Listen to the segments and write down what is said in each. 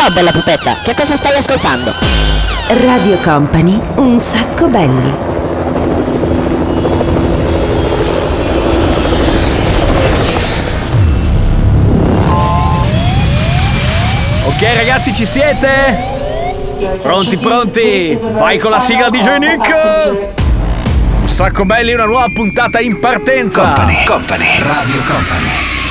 Ciao bella pupetta, che cosa stai ascoltando? Radio Company, un sacco belli. Ok ragazzi, ci siete? Pronti? Vai con la sigla di DJ Nick! Un sacco belli, una nuova puntata in partenza! Company, Radio Company.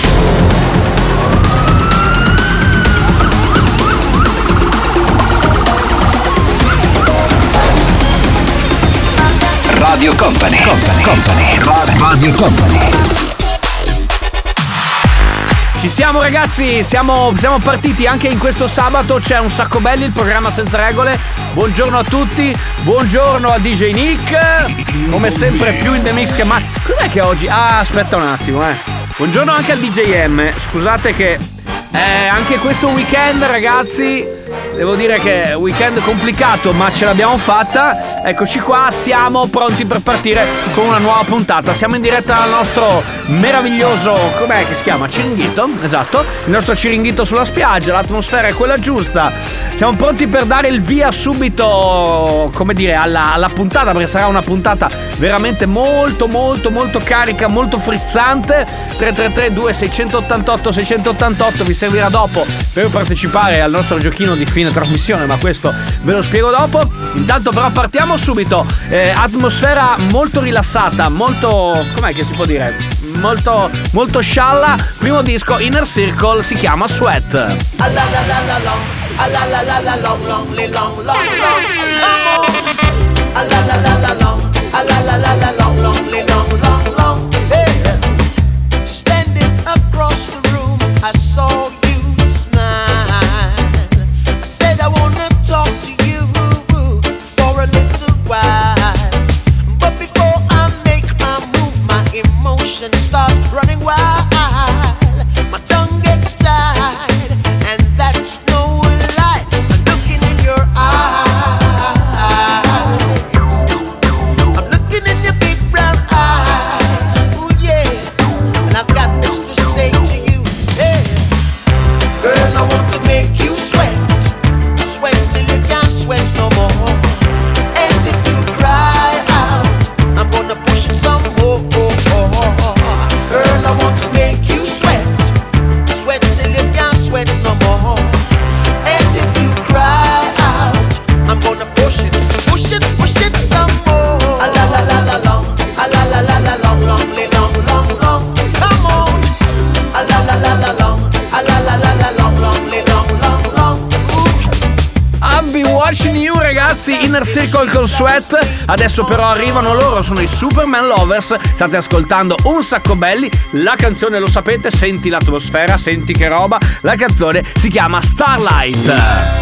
Radio Company. Radio Company. Ci siamo ragazzi, siamo partiti anche in questo sabato, c'è un sacco belli, il programma senza regole. Buongiorno a tutti, buongiorno a DJ Nick, come sempre più in the mix che ma... Cos'è che oggi? Ah, aspetta un attimo, Buongiorno anche al DJ M, scusate che anche questo weekend ragazzi, devo dire che è un weekend complicato ma ce l'abbiamo fatta. Eccoci qua, siamo pronti per partire con una nuova puntata. Siamo in diretta al nostro meraviglioso, com'è che si chiama? Ciringhito, esatto. Il nostro ciringhito sulla spiaggia, l'atmosfera è quella giusta. Siamo pronti per dare il via subito, come dire, alla puntata, perché sarà una puntata veramente molto carica, molto frizzante. 333 2688 688 vi servirà dopo per partecipare al nostro giochino di fine trasmissione, ma questo ve lo spiego dopo. Intanto però partiamo subito. Atmosfera molto rilassata, molto, com'è che si può dire? Molto scialla. Primo disco, Inner Circle, si chiama Sweat. Standing across the room, I saw you smile. I said I wanna talk to you for a little while, but before I make my move, my emotions start running wild. My tongue gets tied, and that's no lie. I'm looking in your eyes. I'm looking in your big brown eyes. Ooh yeah, and I've got this to say to you. Yeah, girl, I want to make you sweat, sweat till you can't sweat no more. And if you cry out, I'm gonna push it some more. Girl, I want to make you sweat, sweat till you can't sweat no more. And if you cry out, I'm gonna push it some more. A la la la la long, a la la la la long, long. Come on. A la la la la long, a la la la la long, long. I've been watching you ragazzi, Inner Circle con Sweat. Adesso però arrivano loro, sono i Superman Lovers. State ascoltando Un Sacco Belli. La canzone lo sapete, senti l'atmosfera, senti che roba. La canzone si chiama Starlight.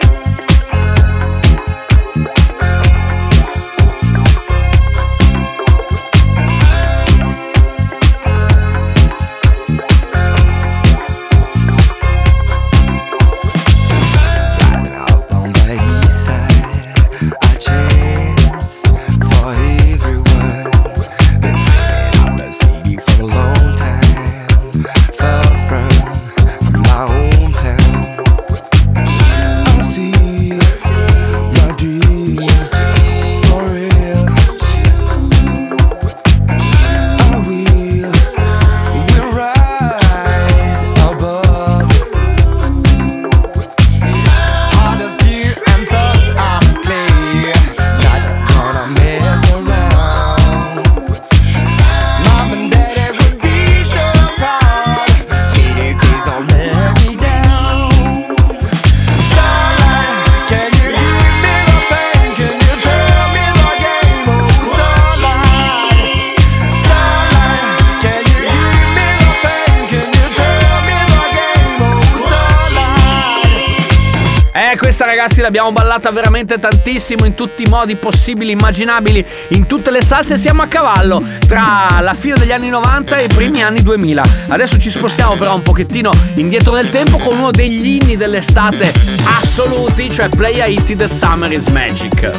Questa ragazzi l'abbiamo ballata veramente tantissimo, in tutti i modi possibili, immaginabili, in tutte le salse. Siamo a cavallo tra la fine degli anni 90 e i primi anni 2000. Adesso ci spostiamo però un pochettino indietro nel tempo con uno degli inni dell'estate assoluti, cioè Play Haiti, The Summer is Magic.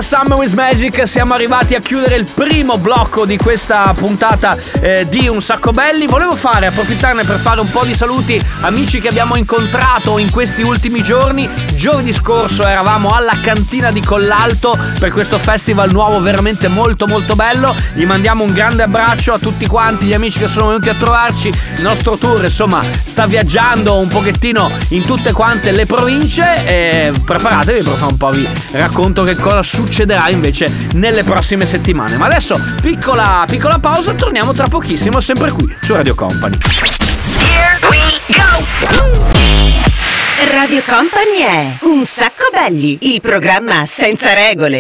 Summer with Magic, siamo arrivati a chiudere il primo blocco di questa puntata di Un Sacco Belli. Volevo approfittarne per fare un po' di saluti, amici che abbiamo incontrato in questi ultimi giorni. Giovedì scorso eravamo alla cantina di Collalto per questo festival nuovo veramente molto molto bello. Gli mandiamo un grande abbraccio a tutti quanti gli amici che sono venuti a trovarci. Il nostro tour insomma sta viaggiando un pochettino in tutte quante le province e preparatevi perché un po' vi racconto che cosa succederà invece nelle prossime settimane. Ma adesso piccola pausa, torniamo tra pochissimo sempre qui su Radio Company. Here we go! Radio Company è Un Sacco Belli, il programma senza regole.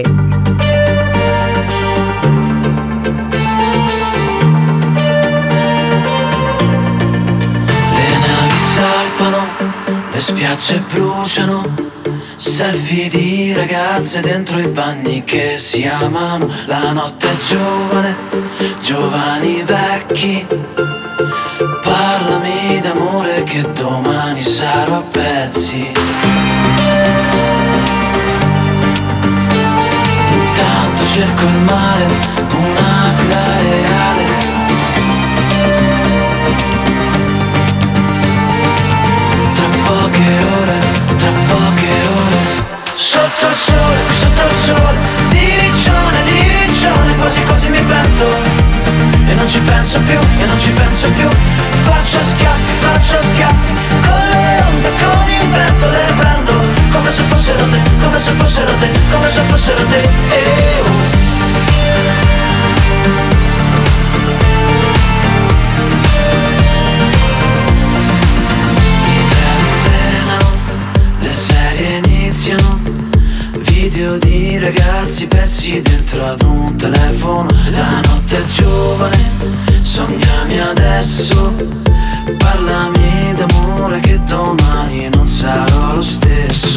Le navi salpano, le spiagge bruciano, selfie di ragazze dentro i bagni che si amano. La notte è giovane, giovani vecchi. Parlami d'amore che domani sarò a pezzi. Intanto cerco il mare, un'aquila reale. Tra poche ore, sotto il sole, di riccione, quasi quasi mi pento. E non ci penso più, faccio schiaffi, con le onde, con il vento le prendo, come se fossero te. I treni frenano, le serie iniziano, video di ragazzi pezzi dentro ad un telefono. La notte è giovane, sognami adesso, parlami d'amore che domani non sarò lo stesso.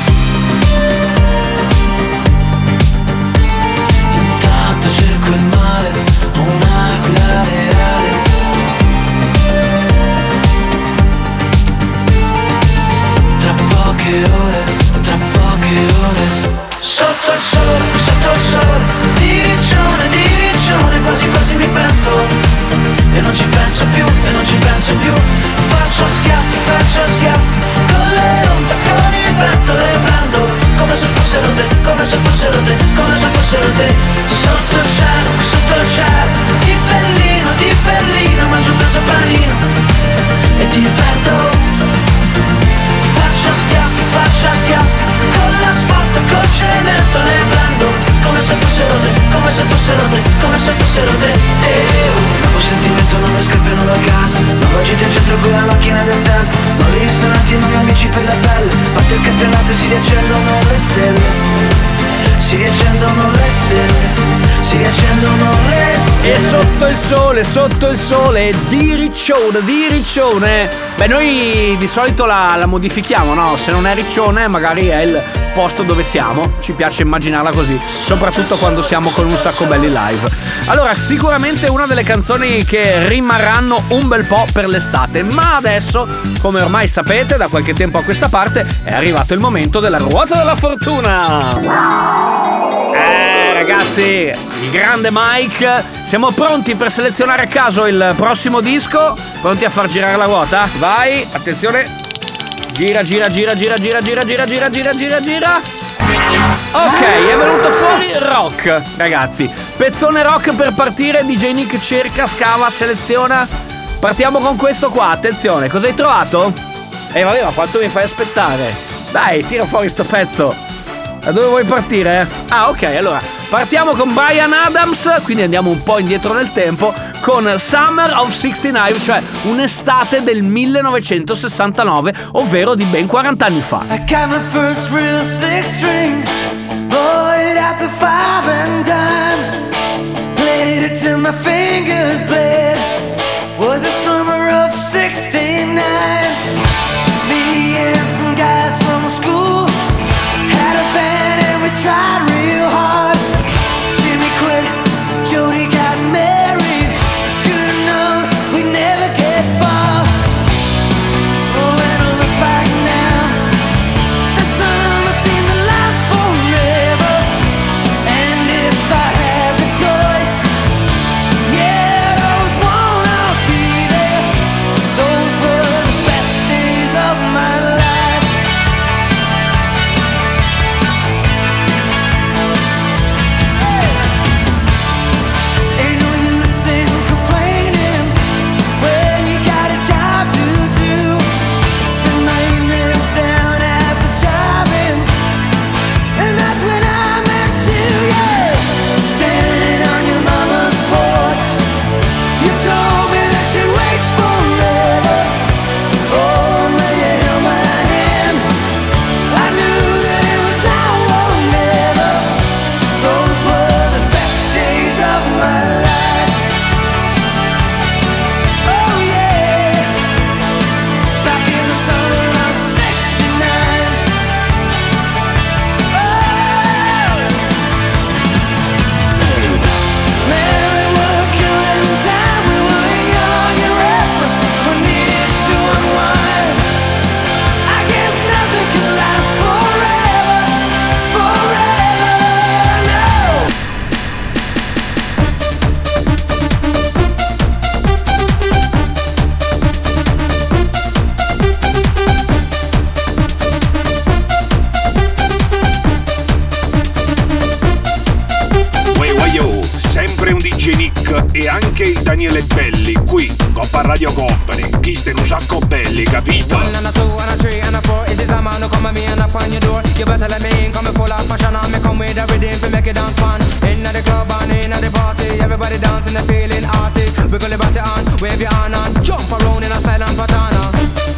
Intanto cerco il mare, un'aquila reale. Tra poche ore, sotto il sole, di riccione, quasi quasi mi pento. E non ci penso più, faccio schiaffi, con le onde, con il vento le prendo, come se fossero te. Sotto il cielo, di Berlino, mangio un peso panino e ti perdo. Faccio schiaffi, con l'asfalto, col cemento le prendo, come se fossero te. Nuovo sentimento, nuove scarpe, nuova casa, nuova gita in centro con la macchina del tempo, nuovi ristoranti, nuovi amici per la pelle. Parte il campionato e si riaccendono le stelle. E sotto il sole, di riccione. Beh, noi di solito la modifichiamo, no? Se non è riccione magari è il posto dove siamo. Ci piace immaginarla così, soprattutto quando siamo con Un Sacco Belli live. Allora, sicuramente una delle canzoni che rimarranno un bel po' per l'estate. Ma adesso, come ormai sapete, da qualche tempo a questa parte è arrivato il momento della ruota della fortuna. Ragazzi, il grande Mike, siamo pronti per selezionare a caso il prossimo disco? Pronti a far girare la ruota? Vai, attenzione. Gira. Ok, è venuto fuori rock, ragazzi. Pezzone rock per partire. DJ Nick cerca, scava, seleziona. Partiamo con questo qua, attenzione. Cosa hai trovato? Vabbè, ma quanto mi fai aspettare? Dai, tira fuori sto pezzo. Da dove vuoi partire? Ah, ok, allora partiamo con Bryan Adams, quindi andiamo un po' indietro nel tempo, con Summer of 69, cioè un'estate del 1969, ovvero di ben 40 anni fa. I got my first real six string, bought it at the 5 and dime, played it till my fingers bled, was the summer of 69. Me and some guys from school had a band and we tried real hard. Jimmy quit, Jody got married. Should've known we never get far. Oh, when I look back now, the summer seemed to last forever. Daniele Belli, qui Coppa Radio Company. Chi ste un sacco belli, capito? 1 and a 2 and a 3 and a 4. It is a man who come at me and knock on your door. You better let me in, come full of passion. And me come with a rhythm to make it dance fun. Inna the club and inna the party, everybody dancing and feeling arty. Wiggle your body on, wave your hand and jump around in a silent patana.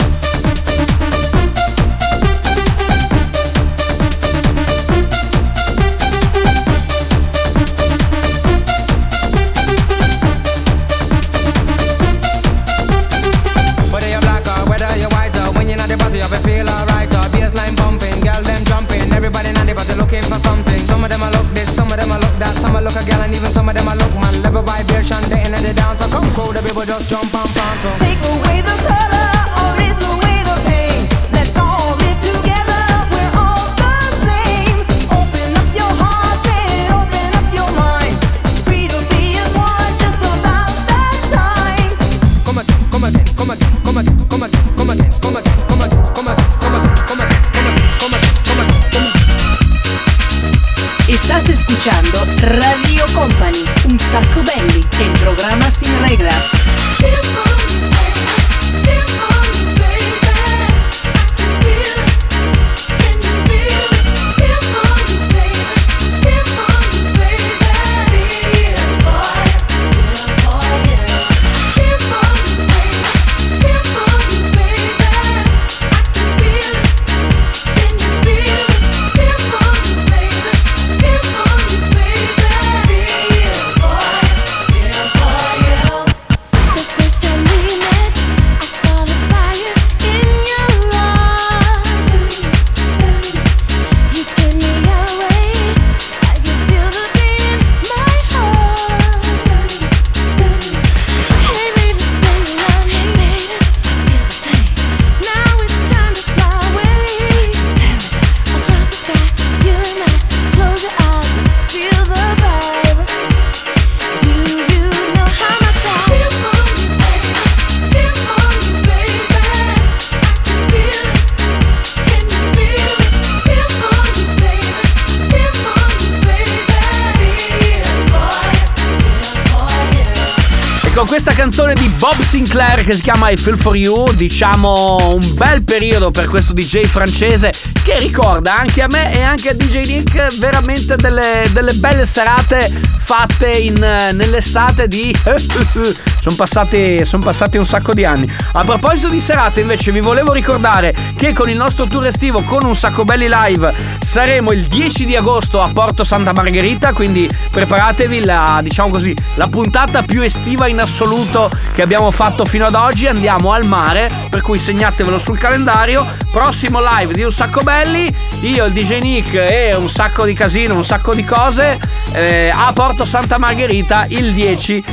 You feel alright, bassline bumping, girl them jumping, everybody in the party looking for something. Some of them a look this, some of them a look that, some a look a girl and even some of them a look man. Level vibration, they in the dance, so come cool, the people just jump and bounce. So take away the color, or erase away the pain. Let's all live together, we're all the same. Open up your hearts and open up your mind. Free to be as one, just about that time. Come again, come again, come again, come again, come again, come again, come again. Estás escuchando Radio Company, un sacco belli, el programa sin reglas. Con questa canzone di Bob Sinclair che si chiama I Feel For You, diciamo un bel periodo per questo DJ francese che ricorda anche a me e anche a DJ Nick veramente delle belle serate fatte nell'estate di sono passati un sacco di anni. A proposito di serate invece vi volevo ricordare che con il nostro tour estivo con un sacco belli live saremo il 10 di agosto a Porto Santa Margherita, quindi preparatevi la puntata più estiva in assoluto che abbiamo fatto fino ad oggi. Andiamo al mare, per cui segnatevelo sul calendario. Prossimo live di un sacco belli, io, il DJ Nick e un sacco di casino, un sacco di cose a Porto Santa Margherita il 10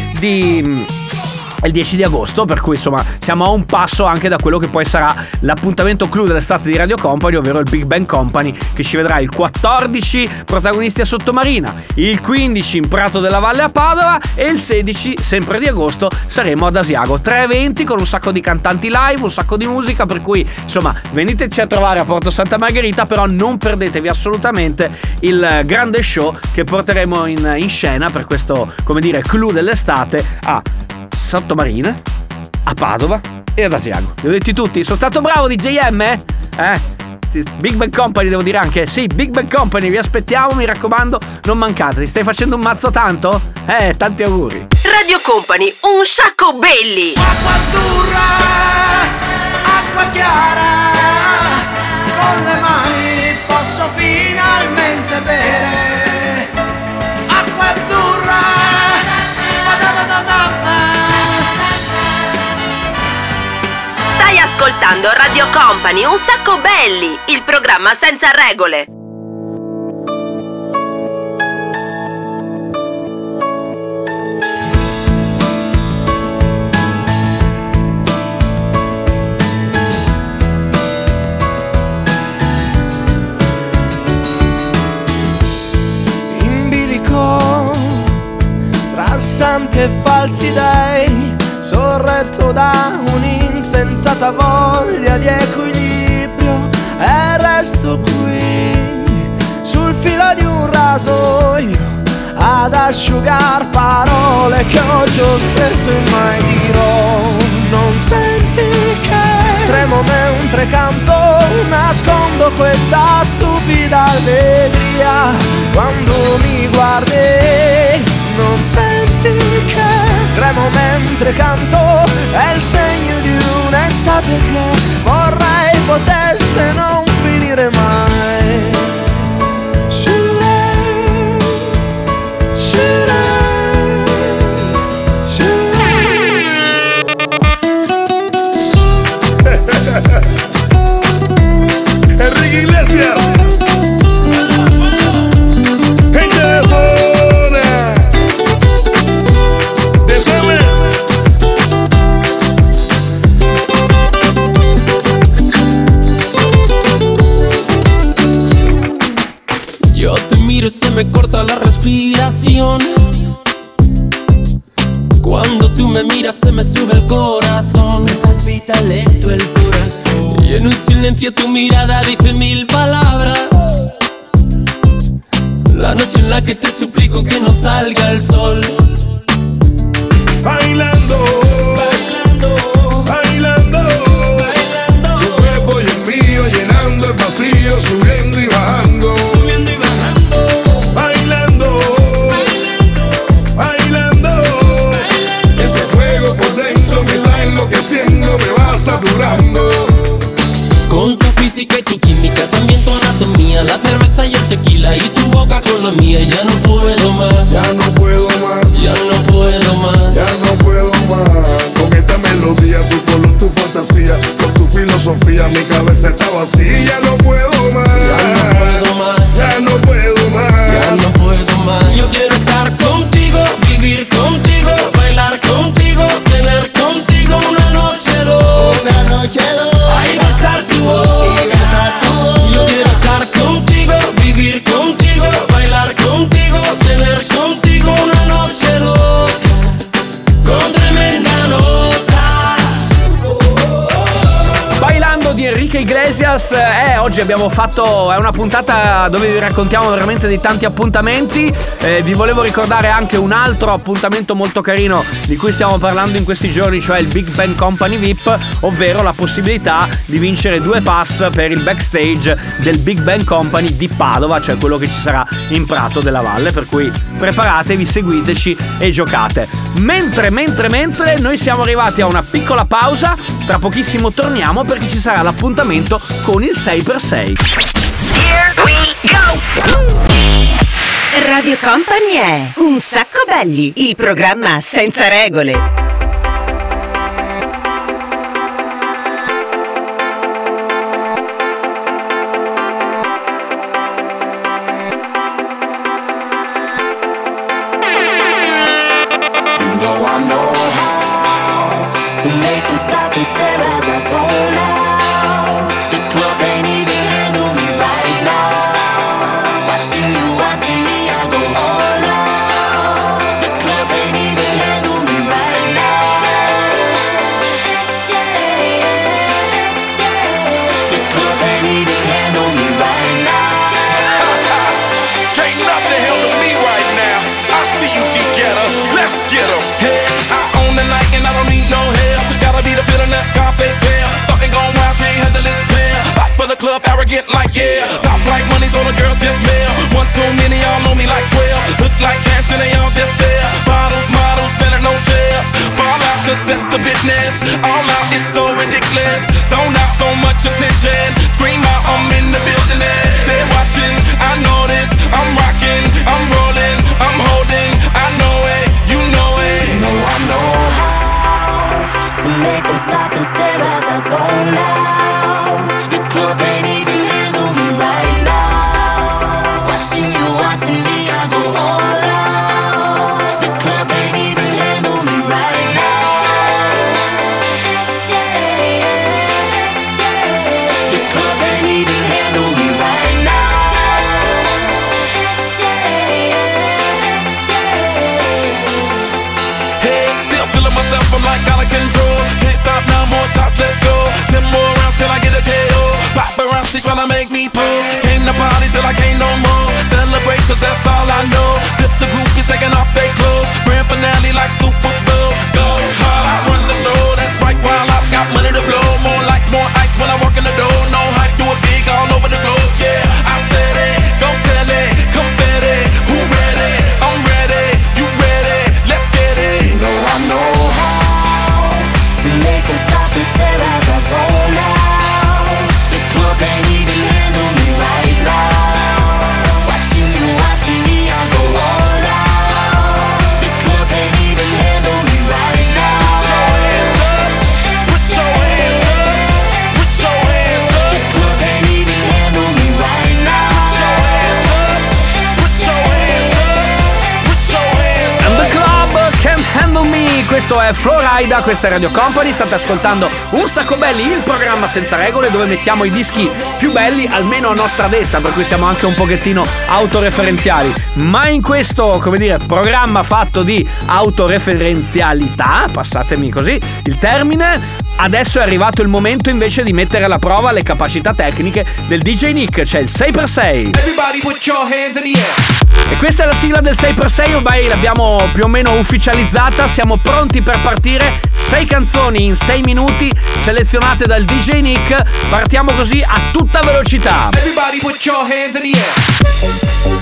di agosto, per cui insomma siamo a un passo anche da quello che poi sarà l'appuntamento clou dell'estate di Radio Company, ovvero il Big Bang Company, che ci vedrà il 14 protagonisti a Sottomarina, il 15 in Prato della Valle a Padova e il 16 sempre di agosto saremo ad Asiago. 3 eventi con un sacco di cantanti live, un sacco di musica, per cui insomma veniteci a trovare a Porto Santa Margherita, però non perdetevi assolutamente il grande show che porteremo in scena per questo, come dire, clou dell'estate a Sottomarina, a Padova e ad Asiago. Li ho detti tutti? Sono stato bravo DJM? Big Bang Company devo dire anche. Sì, Big Bang Company, vi aspettiamo, mi raccomando, non mancate. Ti stai facendo un mazzo tanto? Tanti auguri. Radio Company, un sacco belli. Acqua azzurra, acqua chiara, con le mani posso finalmente bere. Acqua azzurra, Stai ascoltando Radio Company, un sacco belli, il programma senza regole. In bilico, tra santi e falsi dei, sorretto da un'insensata voglia di equilibrio, e resto qui sul filo di un rasoio ad asciugar parole che oggi ho stesso e mai dirò. Non senti che tremo mentre canto, nascondo questa stupida allegria quando mi guardi. Non senti che tremo mentre canto, è il segno di un'estate che vorrei potesse non finire mai. Enrique Iglesias. Gente de zona. De Summer. Yo te miro y se me corta la respiración. Cuando tú me miras se me sube el corazón. Me palpita lento el corazón. Y en un silencio tu mirada dice 1000 palabras. La noche en la que te suplico que no salga el sol. Bailando, bailando, bailando, bailando. Tu cuerpo y el mío llenando el vacío, subiendo y bajando, subiendo y bajando. Bailando, bailando, bailando, bailando. Ese fuego por dentro me está enloqueciendo, me va saturando. Con tu física y tu química, también tu anatomía, la cerveza y el tequila y tu boca con la mía. Ya no puedo más, ya no puedo más, ya no puedo más, ya no puedo más. Con esta melodía, tu color, tu fantasía, con tu filosofía, mi cabeza está vacía. Ya no puedo más, ya no puedo más, ya no puedo más, ya no puedo más. Yo quiero estar contigo, vivir contigo, bailar contigo, tener contigo una noche loca, una noche loca. Ay, besar tu boca, yo quiero estar contigo, vivir contigo, bailar contigo, tener contigo una noche loca, con tremenda nota. Bailando di Enrique Iglesias. Oggi abbiamo fatto, è una puntata dove vi raccontiamo veramente di tanti appuntamenti. Vi volevo ricordare anche un altro appuntamento molto carino di cui stiamo parlando in questi giorni, cioè il Big Bang Company VIP, ovvero la possibilità di vincere 2 pass per il backstage del Big Bang Company di Padova, cioè quello che ci sarà in Prato della Valle, per cui preparatevi, seguiteci e giocate. Mentre noi siamo arrivati a una piccola pausa, tra pochissimo torniamo perché ci sarà l'appuntamento con il 6x6. Here we go! Radio Company è Un Sacco Belli, il programma senza regole. To make them stop and stare as I zone out. The club can't even handle me right now. Watching me, I go all out. The club can't even handle me right now. The club can't even handle me right now. Can't nothing handle me right now. I see you, D-Getter. Let's get 'em. Hey, I own the night and I don't need no help. Gotta be the feeling that Scarface feel. Starting going wild, can't handle this pair. Back for the club, arrogant like yeah. Top like money, so the girls just mail. One too many, y'all know me like 12. Look like cash and they all just there. Bottles, models, selling no shares. Fall out, cause that's the business. All out is so ridiculous. Zone out, so much attention. Scream out, I'm in the building and they're watching. I know this, I'm rocking, I'm rolling, I'm holding. I know it, you know it. You know I know how to make them stop and stare as I zone out. The club can't even handle me right now. Watching me, I go all out. The club can't even handle me right now. The club can't even handle me right now. Hey, still feeling myself, I'm like out of control. Can't stop now, more shots, let's go. 10 more rounds till I get a KO. Pop around questo è Florida, questa è Radio Company, state ascoltando Un Sacco Belli, il programma senza regole dove mettiamo i dischi più belli, almeno a nostra detta, per cui siamo anche un pochettino autoreferenziali. Ma in questo, come dire, programma fatto di autoreferenzialità, passatemi così il termine, adesso è arrivato il momento invece di mettere alla prova le capacità tecniche del DJ Nick, c'è il 6x6. Everybody put your hands in the air. E questa è la sigla del 6x6, ormai l'abbiamo più o meno ufficializzata, siamo pronti per partire, 6 canzoni in 6 minuti selezionate dal DJ Nick, partiamo così a tutta velocità. Everybody put your hands in the air.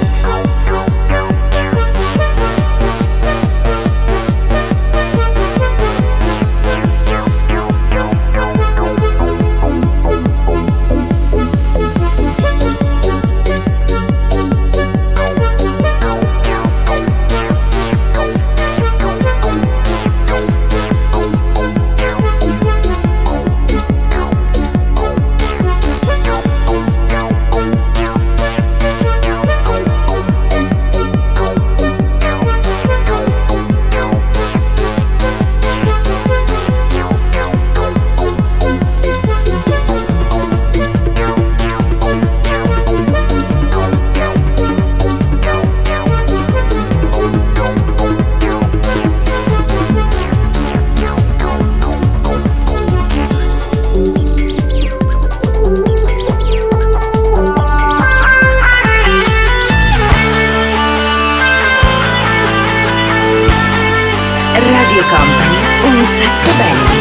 Radio Company, un sacco belli.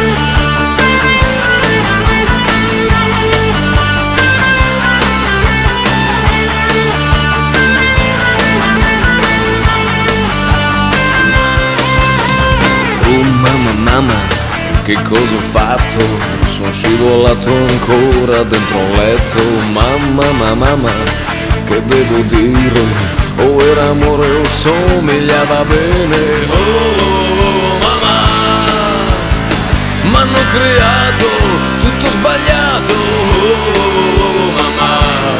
Oh mamma, mamma, che cosa ho fatto? Sono scivolato ancora dentro un letto. Mamma, mamma, che devo dire? O era amore o somigliava bene. Oh mamma, m'hanno creato tutto sbagliato. Oh mamma,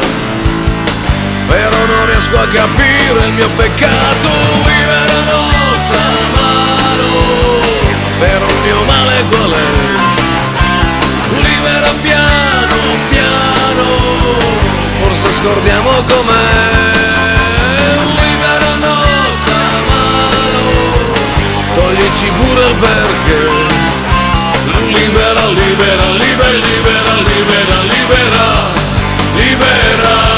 però non riesco a capire il mio peccato. Vivere non sa amaro, però il mio male qual è? Libera piano piano, forse scordiamo com'è. Libera non sa amaro, toglici pure il perché. Libera, libera, libera, libera, libera, libera, libera.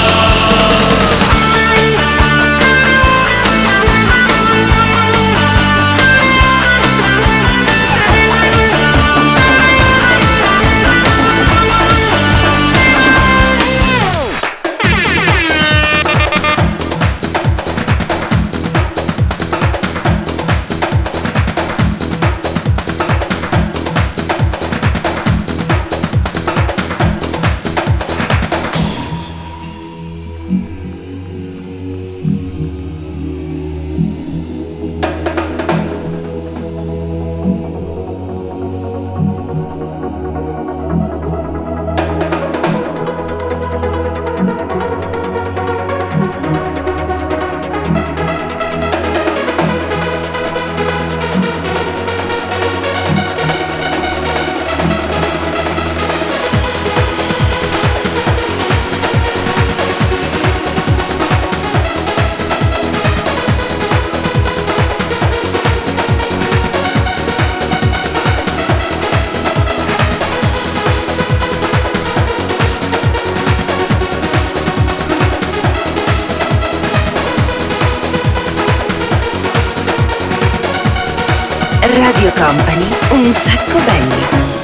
Radio Company, un sacco belli.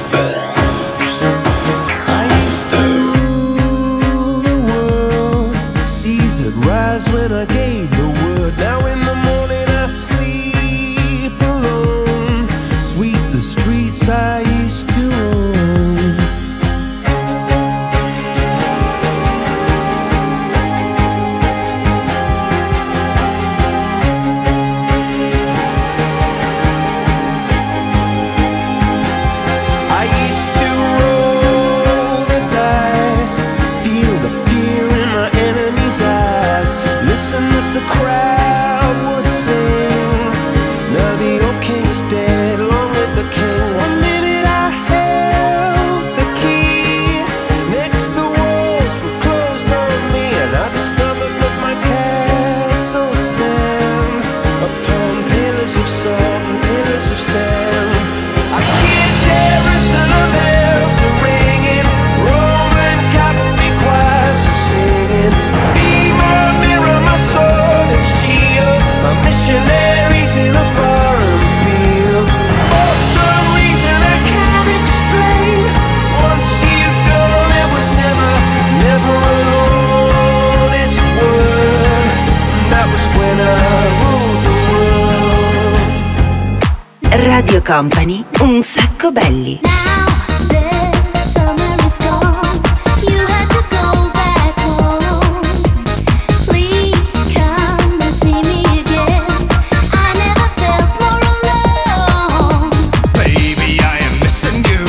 Rise when I gave the word. Now in the morning I sleep alone. Sweep the streets I used to own. I used to roll the dice, feel the fear in my enemy's eyes. Listen as the crowd would sing. Now the old king is dead. Company, un sacco belli. Baby, I am missing you,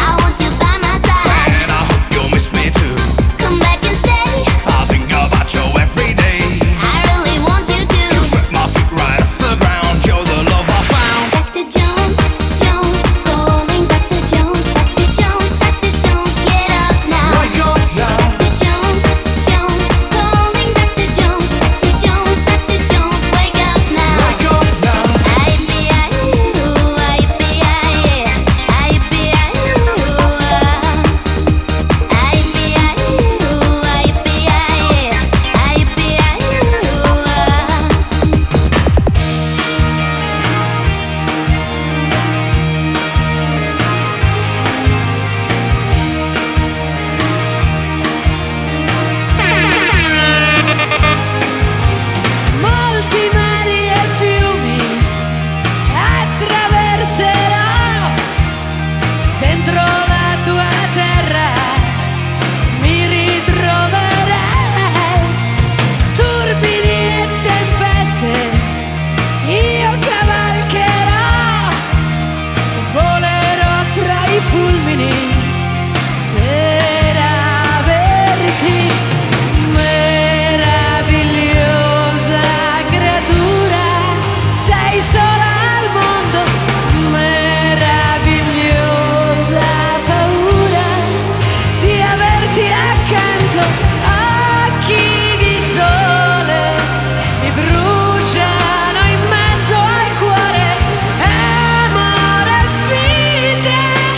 and I hope you'll miss me too. I think about you every day. You swept my feet right off the ground. You're the love I found. Back to Jones, going back to Jones, get up now. Wake up now. Back to Jones, going back to Jones, wake up now. Wake up now. Molti mari e fiumi attraverserò, dentro la tua terra mi ritroverai. Turbini e tempeste io cavalcherò, volerò tra i fulmini per averti. Meravigliosa creatura, sei sola al mondo. Meravigliosa paura di averti accanto. Occhi di sole mi bruciano in mezzo al cuore. Amore e vita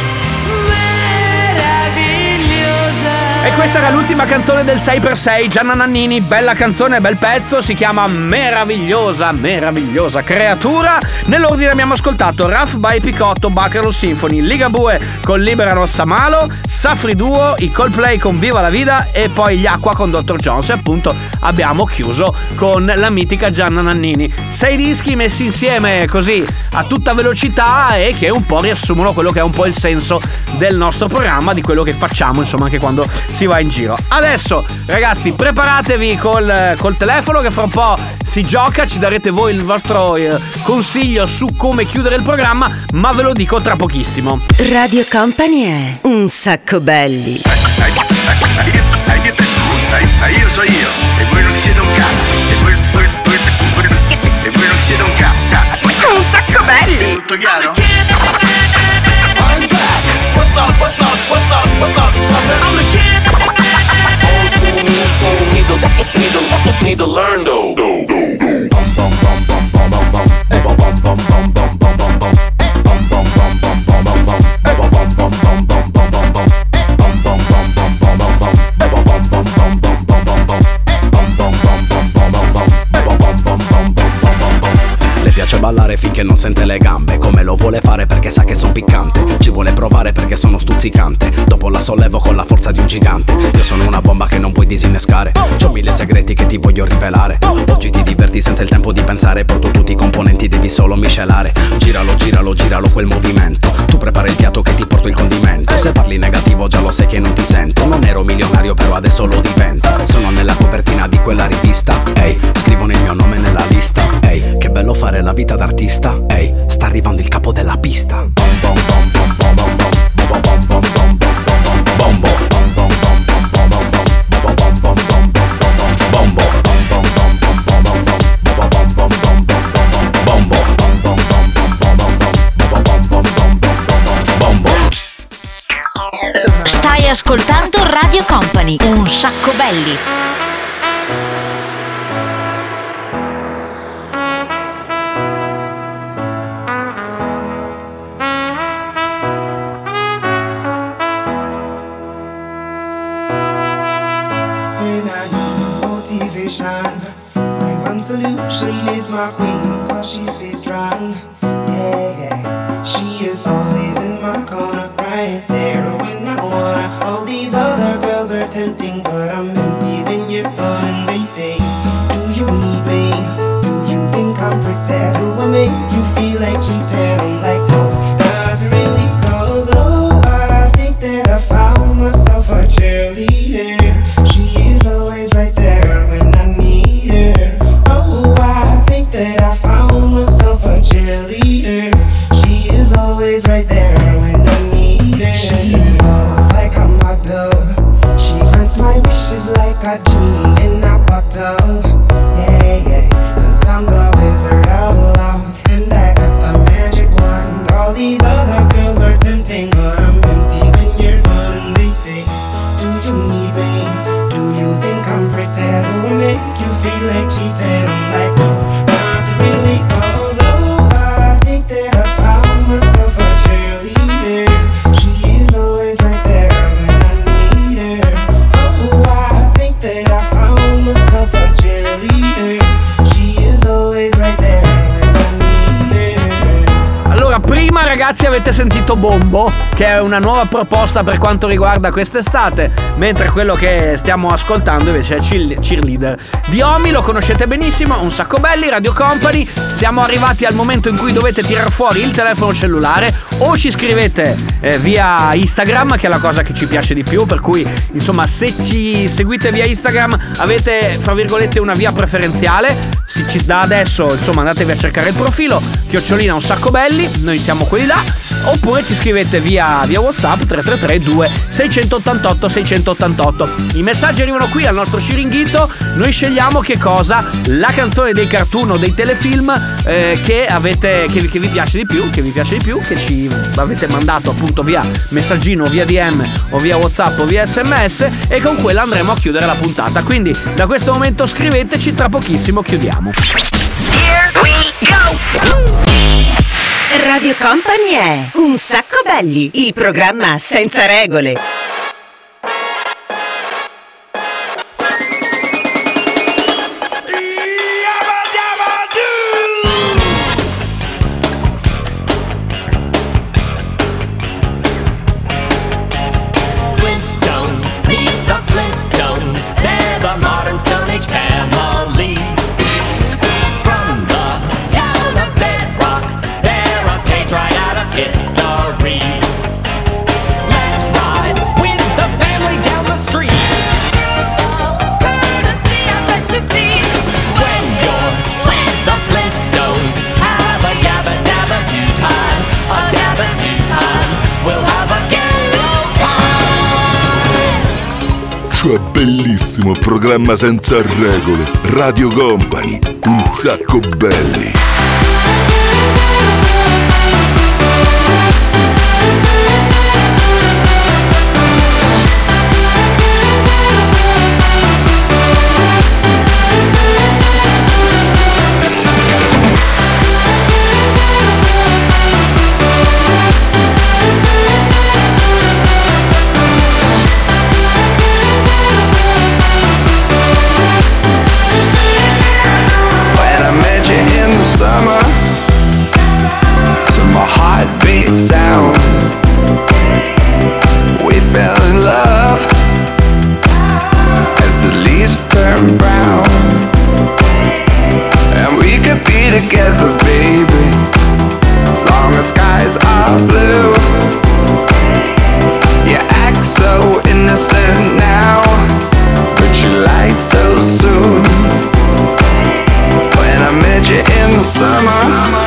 meravigliosa. E questa era l'ultima canzone del 6x6, Gianna Nannini, bella canzone, bel pezzo, si chiama Meravigliosa creatura. Nell'ordine abbiamo ascoltato Rough by Picotto, Buckaroo Symphony, Ligabue con Libera Rossa Malo, Safri Duo, i Coldplay con Viva la Vida e poi gli Aqua con Dr. Jones, e appunto abbiamo chiuso con la mitica Gianna Nannini. 6 dischi messi insieme così a tutta velocità e che un po' riassumono quello che è un po' il senso del nostro programma, di quello che facciamo insomma anche quando si va in giro. Adesso ragazzi preparatevi col telefono che fra un po' si gioca, ci darete voi il vostro consiglio su come chiudere il programma, ma ve lo dico tra pochissimo. Radio Company è un sacco belli. Io so io, e voi non siete un cazzo, e voi non siete un cazzo. Un sacco belli. Tutto chiaro? I'm back. What's up? What's up? What's up? What's up? I'm the kid. Old school, new school. Need to learn though. Le piace ballare finché non sente le gambe, come lo vuole fare perché sa che son piccante. Ci vuole provare perché sono stuzzicante, dopo la sollevo con la forza di un gigante. Io sono una bomba che non puoi disinnescare, c'ho 1000 segreti che ti voglio rivelare. Oggi ti diverti senza il tempo di pensare, porto tutti i componenti, devi solo miscelare. Giralo, giralo, giralo quel movimento, tu prepara il piatto che ti porto il condimento. Se parli negativo già lo sai che non ti sento, non ero milionario però adesso lo divento. Sono nella copertina di quella rivista, ehi, scrivono il mio nome nella lista. Ehi, che bello fare la vita d'artista. Ehi, sta arrivando il capo della pista. Bombo. Stai ascoltando Radio Company, un sacco belli. When I need motivation, my one solution is my queen, cause she stays strong. Yeah, yeah. She is always in my corner, right there when I wanna. All these other girls are tempting, but I'm empty when you're gone. And they say, do you need me? Do you think I'm pretend? Do I make you feel like cheating? I'm like, no. always right there when I need her. She knows like a model. She grants my wishes like a genie in a bottle. Yeah, yeah, 'cause I'm the wizard of love, and I got the magic wand. All these other girls are tempting, but I'm empty when you're gone. And they say, do you need me? Do you think I'm pretty? Do I make you feel like cheating? I'm like, no, not really, 'cause oh, I think that I found myself a cheerleader. She is always right there when I need her. Oh, I think that I found myself a cheerleader. She is always right there when I need her. Allora, prima ragazzi avete sentito Bombo, che è una nuova proposta per quanto riguarda quest'estate, mentre quello che stiamo ascoltando invece è Cheerleader di Omi. Lo conoscete benissimo, Un Sacco Belli, Radio Company. Siamo arrivati al momento in cui dovete tirar fuori il telefono cellulare o ci scrivete via Instagram, che è la cosa che ci piace di più, per cui insomma se ci seguite via Instagram avete fra virgolette una via preferenziale. Da adesso insomma andatevi a cercare il profilo @ Un Sacco Belli, noi siamo quelli là, oppure ci scrivete via WhatsApp 333 2688 688. I messaggi arrivano qui al nostro Ciringhito, noi scegliamo che cosa, la canzone dei cartoon o dei telefilm che vi piace di più, che ci avete mandato appunto via messaggino, via DM o via WhatsApp o via SMS, e con quella andremo a chiudere la puntata. Quindi da questo momento scriveteci, tra pochissimo chiudiamo. Here we go! Radio Company è Un Sacco Belli, il programma senza regole. Flintstones, meet the Flintstones. They're the modern Stone Age family. From the town of Bedrock, they're a page right out of history. Let's ride with the family down the street. Courtesy of Festive Feet. When you're with the Flintstones, have a yabba dabba do time. A dabba do time. We'll have a gay old time. Cioè bellissimo programma senza regole. Radio Company, Un Sacco Belli. When I met you in the summer, to my heartbeat sound, we fell in love as the leaves turn brown. And we could be together, baby, as long as skies are blue. You act so innocent now, but you lied so soon. When I met you in the summer,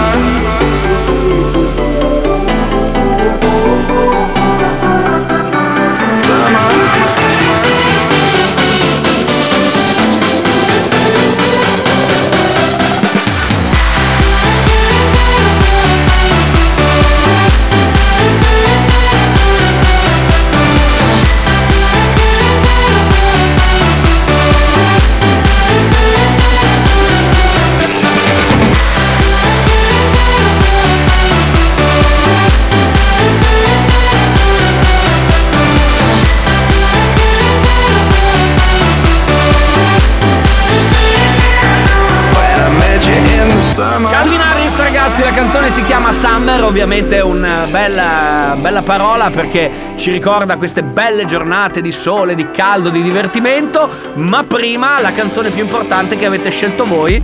Calvin Harris, ragazzi, la canzone si chiama Summer, ovviamente è una bella parola perché ci ricorda queste belle giornate di sole, di caldo, di divertimento. Ma prima la canzone più importante che avete scelto voi,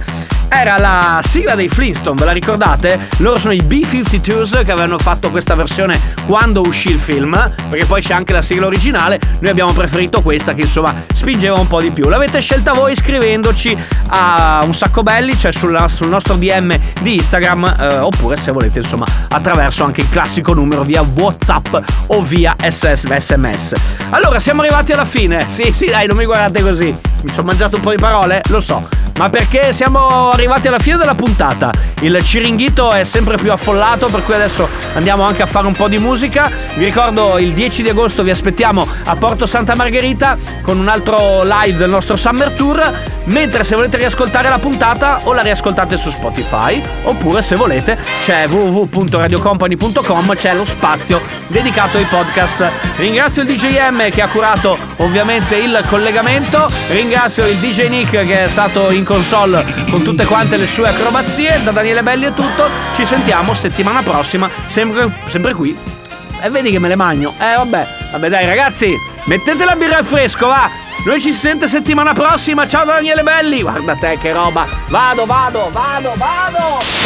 era la sigla dei Flintstone, ve la ricordate? Loro sono i B-52s che avevano fatto questa versione quando uscì il film, perché poi c'è anche la sigla originale. Noi abbiamo preferito questa che insomma spingeva un po' di più. L'avete scelta voi scrivendoci a Un Sacco Belli, cioè sul nostro DM di Instagram, oppure se volete insomma attraverso anche il classico numero via WhatsApp o via SMS. Allora siamo arrivati alla fine. Sì dai, non mi guardate così, mi sono mangiato un po' di parole, lo so, ma perché siamo arrivati alla fine della puntata. Il Ciringhito è sempre più affollato, per cui adesso andiamo anche a fare un po' di musica. Vi ricordo, il 10 di agosto vi aspettiamo a Porto Santa Margherita con un altro live del nostro Summer Tour. Mentre se volete riascoltare la puntata o la riascoltate su Spotify, oppure se volete c'è www.radiocompany.com, c'è lo spazio dedicato ai podcast. Ringrazio il DJM che ha curato ovviamente il collegamento, ringrazio il DJ Nick che è stato in console con tutte quante le sue acrobazie. Da Daniele Belli è tutto, ci sentiamo settimana prossima sempre qui. E vedi che me le magno. Vabbè dai ragazzi, mettete la birra al fresco, va. Noi ci si sente settimana prossima. Ciao da Daniele Belli. Guarda te che roba. Vado.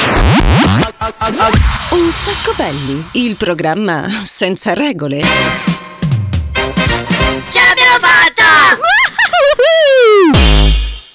Un Sacco Belli, il programma senza regole.